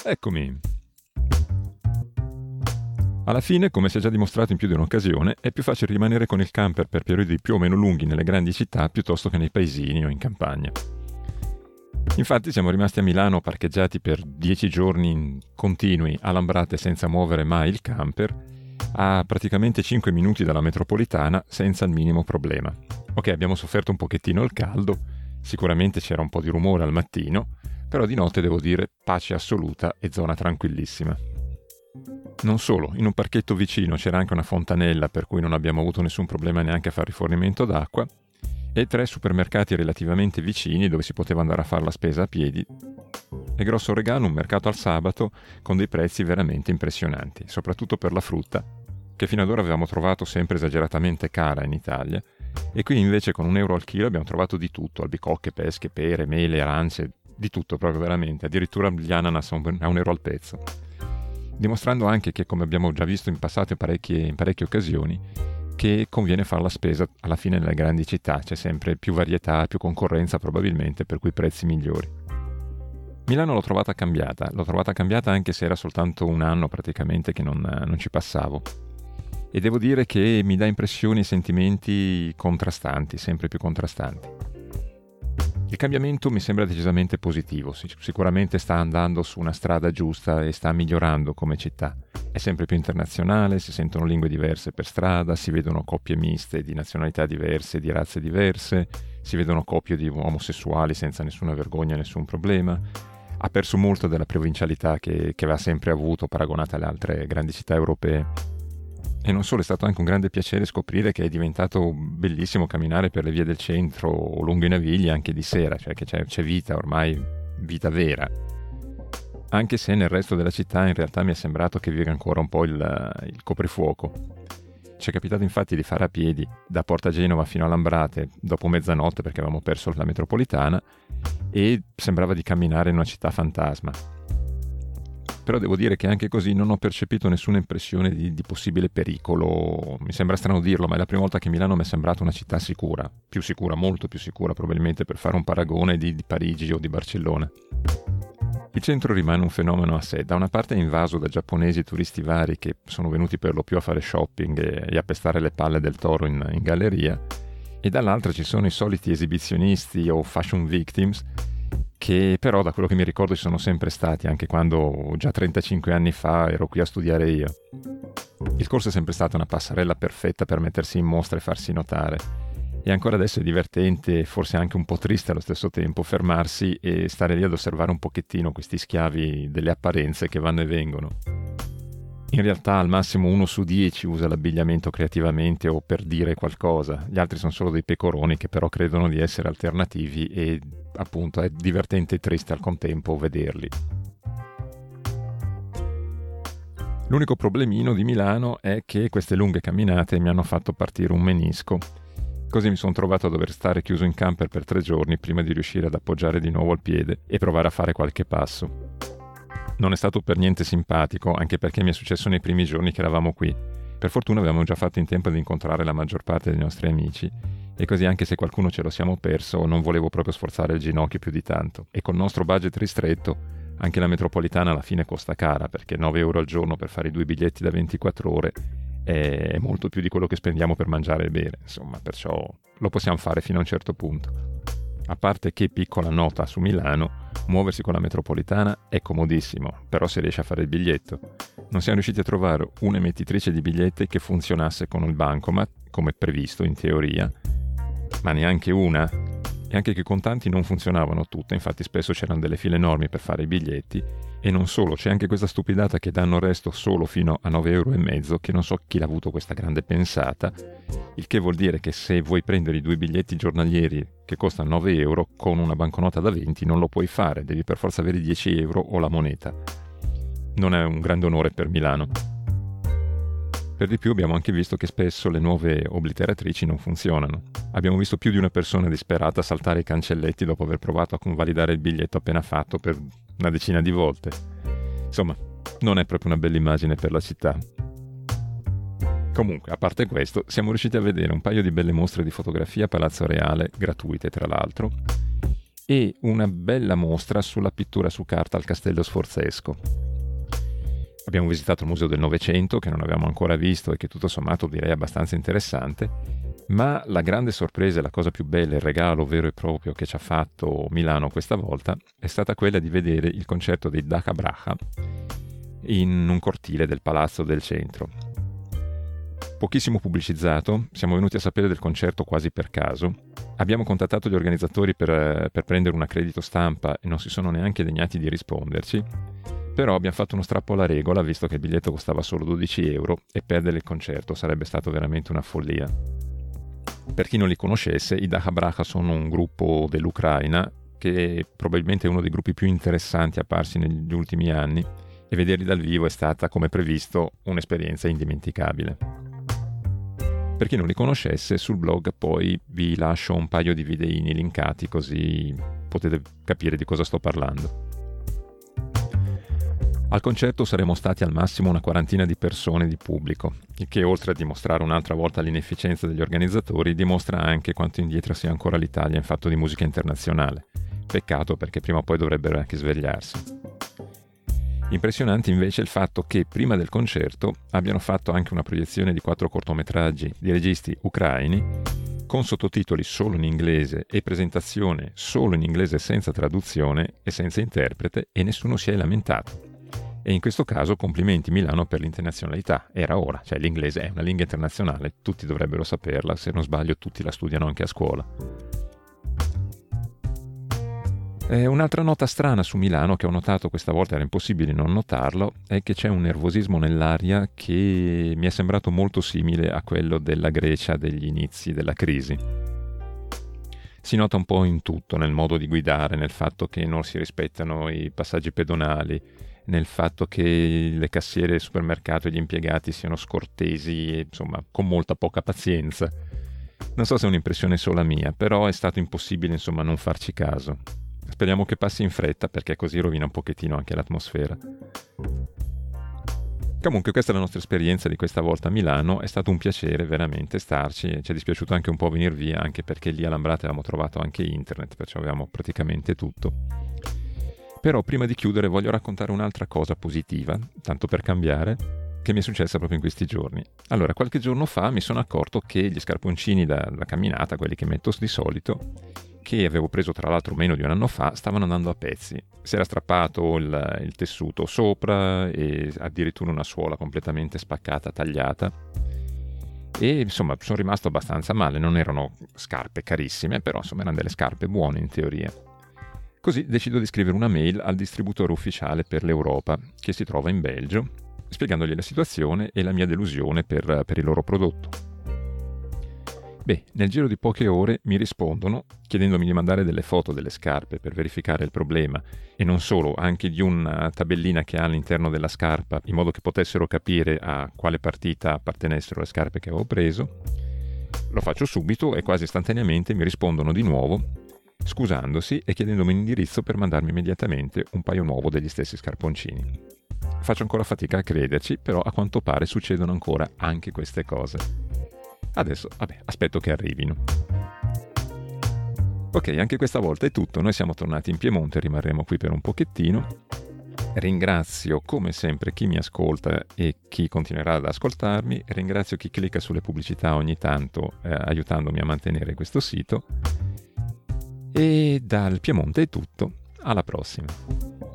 Eccomi. Alla fine, come si è già dimostrato in più di un'occasione, è più facile rimanere con il camper per periodi più o meno lunghi nelle grandi città piuttosto che nei paesini o in campagna. Infatti siamo rimasti a Milano parcheggiati per 10 giorni continui a Lambrate senza muovere mai il camper, a praticamente 5 minuti dalla metropolitana senza il minimo problema. Ok, abbiamo sofferto un pochettino il caldo, sicuramente c'era un po' di rumore al mattino, però di notte devo dire pace assoluta e zona tranquillissima. Non solo, in un parchetto vicino c'era anche una fontanella per cui non abbiamo avuto nessun problema neanche a fare rifornimento d'acqua e 3 supermercati relativamente vicini dove si poteva andare a fare la spesa a piedi e grosso regalo un mercato al sabato con dei prezzi veramente impressionanti, soprattutto per la frutta, che fino ad ora avevamo trovato sempre esageratamente cara in Italia e qui invece con €1 al chilo abbiamo trovato di tutto, albicocche, pesche, pere, mele, arance, di tutto proprio veramente, addirittura gli ananas a €1 al pezzo. Dimostrando anche che, come abbiamo già visto in passato in parecchie occasioni, che conviene fare la spesa alla fine nelle grandi città, c'è sempre più varietà, più concorrenza probabilmente, per cui prezzi migliori. Milano l'ho trovata cambiata anche se era soltanto un anno praticamente che non ci passavo. E devo dire che mi dà impressioni e sentimenti contrastanti, sempre più contrastanti. Il cambiamento mi sembra decisamente positivo, sicuramente sta andando su una strada giusta e sta migliorando come città. È sempre più internazionale, si sentono lingue diverse per strada, si vedono coppie miste di nazionalità diverse, di razze diverse, si vedono coppie di omosessuali senza nessuna vergogna, nessun problema. Ha perso molto della provincialità che aveva sempre avuto paragonata alle altre grandi città europee. E non solo, è stato anche un grande piacere scoprire che è diventato bellissimo camminare per le vie del centro o lungo i Navigli anche di sera, cioè che c'è vita ormai, vita vera. Anche se nel resto della città in realtà mi è sembrato che vive ancora un po' il coprifuoco. Ci è capitato infatti di fare a piedi da Porta Genova fino a Lambrate dopo mezzanotte perché avevamo perso la metropolitana e sembrava di camminare in una città fantasma. Però devo dire che anche così non ho percepito nessuna impressione di possibile pericolo. Mi sembra strano dirlo, ma è la prima volta che Milano mi è sembrata una città sicura. Più sicura, molto più sicura probabilmente, per fare un paragone di Parigi o di Barcellona. Il centro rimane un fenomeno a sé. Da una parte è invaso da giapponesi e turisti vari che sono venuti per lo più a fare shopping e a pestare le palle del toro in galleria, e dall'altra ci sono i soliti esibizionisti o fashion victims che però da quello che mi ricordo ci sono sempre stati, anche quando già 35 anni fa ero qui a studiare io. Il corso è sempre stata una passerella perfetta per mettersi in mostra e farsi notare. E ancora adesso è divertente e forse anche un po' triste allo stesso tempo fermarsi e stare lì ad osservare un pochettino questi schiavi delle apparenze che vanno e vengono. In realtà al massimo 1 su 10 usa l'abbigliamento creativamente o per dire qualcosa, gli altri sono solo dei pecoroni che però credono di essere alternativi e appunto è divertente e triste al contempo vederli. L'unico problemino di Milano è che queste lunghe camminate mi hanno fatto partire un menisco. Così mi sono trovato a dover stare chiuso in camper per 3 giorni prima di riuscire ad appoggiare di nuovo il piede e provare a fare qualche passo. Non è stato per niente simpatico, anche perché mi è successo nei primi giorni che eravamo qui. Per fortuna avevamo già fatto in tempo ad incontrare la maggior parte dei nostri amici, e così anche se qualcuno ce lo siamo perso, non volevo proprio sforzare il ginocchio più di tanto. E col nostro budget ristretto, anche la metropolitana alla fine costa cara, perché €9 al giorno per fare i 2 biglietti da 24 ore è molto più di quello che spendiamo per mangiare e bere, insomma, perciò lo possiamo fare fino a un certo punto. A parte che, piccola nota su Milano, muoversi con la metropolitana è comodissimo, però si riesce a fare il biglietto. Non siamo riusciti a trovare un'emettitrice di biglietti che funzionasse con il bancomat, come previsto in teoria, ma neanche una. E anche che i contanti non funzionavano tutte, infatti spesso c'erano delle file enormi per fare i biglietti. E non solo, c'è anche questa stupidata che danno resto solo fino a €9,50, che non so chi l'ha avuto questa grande pensata, il che vuol dire che se vuoi prendere i 2 biglietti giornalieri che costano €9, con una banconota da 20 non lo puoi fare, devi per forza avere €10 o la moneta. Non è un grande onore per Milano. Per di più abbiamo anche visto che spesso le nuove obliteratrici non funzionano. Abbiamo visto più di una persona disperata saltare i cancelletti dopo aver provato a convalidare il biglietto appena fatto per una decina di volte. Insomma, non è proprio una bella immagine per la città. Comunque, a parte questo, siamo riusciti a vedere un paio di belle mostre di fotografia a Palazzo Reale, gratuite tra l'altro, e una bella mostra sulla pittura su carta al Castello Sforzesco. Abbiamo visitato il Museo del Novecento, che non avevamo ancora visto e che tutto sommato direi abbastanza interessante, ma la grande sorpresa e la cosa più bella, il regalo vero e proprio che ci ha fatto Milano questa volta, è stata quella di vedere il concerto dei Dacha Bracha in un cortile del Palazzo del Centro. Pochissimo pubblicizzato, siamo venuti a sapere del concerto quasi per caso. Abbiamo contattato gli organizzatori per prendere un accredito stampa e non si sono neanche degnati di risponderci, però abbiamo fatto uno strappo alla regola visto che il biglietto costava solo 12 euro e perdere il concerto sarebbe stato veramente una follia. Per chi non li conoscesse, i Dacha Bracha sono un gruppo dell'Ucraina che è probabilmente uno dei gruppi più interessanti apparsi negli ultimi anni e vederli dal vivo è stata, come previsto, un'esperienza indimenticabile. Per chi non li conoscesse, sul blog poi vi lascio un paio di videini linkati così potete capire di cosa sto parlando. Al concerto saremo stati al massimo una quarantina di persone di pubblico, il che oltre a dimostrare un'altra volta l'inefficienza degli organizzatori, dimostra anche quanto indietro sia ancora l'Italia in fatto di musica internazionale. Peccato perché prima o poi dovrebbero anche svegliarsi. Impressionante invece il fatto che prima del concerto abbiano fatto anche una proiezione di 4 cortometraggi di registi ucraini con sottotitoli solo in inglese e presentazione solo in inglese senza traduzione e senza interprete e nessuno si è lamentato. E in questo caso complimenti Milano per l'internazionalità, era ora, cioè l'inglese è una lingua internazionale, tutti dovrebbero saperla, se non sbaglio tutti la studiano anche a scuola. Un'altra nota strana su Milano che ho notato questa volta, era impossibile non notarlo, è che c'è un nervosismo nell'aria che mi è sembrato molto simile a quello della Grecia degli inizi della crisi. Si nota un po' in tutto, nel modo di guidare, nel fatto che non si rispettano i passaggi pedonali, nel fatto che le cassiere del supermercato e gli impiegati siano scortesi e insomma con molta poca pazienza. Non so se è un'impressione sola mia, però è stato impossibile insomma non farci caso. Speriamo che passi in fretta perché così rovina un pochettino anche l'atmosfera. Comunque questa è la nostra esperienza di questa volta a Milano, è stato un piacere veramente starci e ci è dispiaciuto anche un po' venire via anche perché lì a Lambrate avevamo trovato anche internet, perciò avevamo praticamente tutto. Però prima di chiudere voglio raccontare un'altra cosa positiva, tanto per cambiare, che mi è successa proprio in questi giorni. Allora, qualche giorno fa mi sono accorto che gli scarponcini da camminata, quelli che metto di solito, che avevo preso tra l'altro meno di un anno fa, stavano andando a pezzi. Si era strappato il tessuto sopra e addirittura una suola completamente spaccata, tagliata. E insomma sono rimasto abbastanza male, non erano scarpe carissime, però insomma erano delle scarpe buone in teoria. Così decido di scrivere una mail al distributore ufficiale per l'Europa, che si trova in Belgio, spiegandogli la situazione e la mia delusione per il loro prodotto. Beh, nel giro di poche ore mi rispondono chiedendomi di mandare delle foto delle scarpe per verificare il problema e non solo, anche di una tabellina che ha all'interno della scarpa in modo che potessero capire a quale partita appartenessero le scarpe che avevo preso. Lo faccio subito e quasi istantaneamente mi rispondono di nuovo scusandosi e chiedendomi un indirizzo per mandarmi immediatamente un paio nuovo degli stessi scarponcini. Faccio ancora fatica a crederci, però a quanto pare succedono ancora anche queste cose. Adesso, aspetto che arrivino. Ok, anche questa volta è tutto, noi siamo tornati in Piemonte, rimarremo qui per un pochettino. Ringrazio come sempre chi mi ascolta e chi continuerà ad ascoltarmi, ringrazio chi clicca sulle pubblicità ogni tanto aiutandomi a mantenere questo sito. E dal Piemonte è tutto, alla prossima.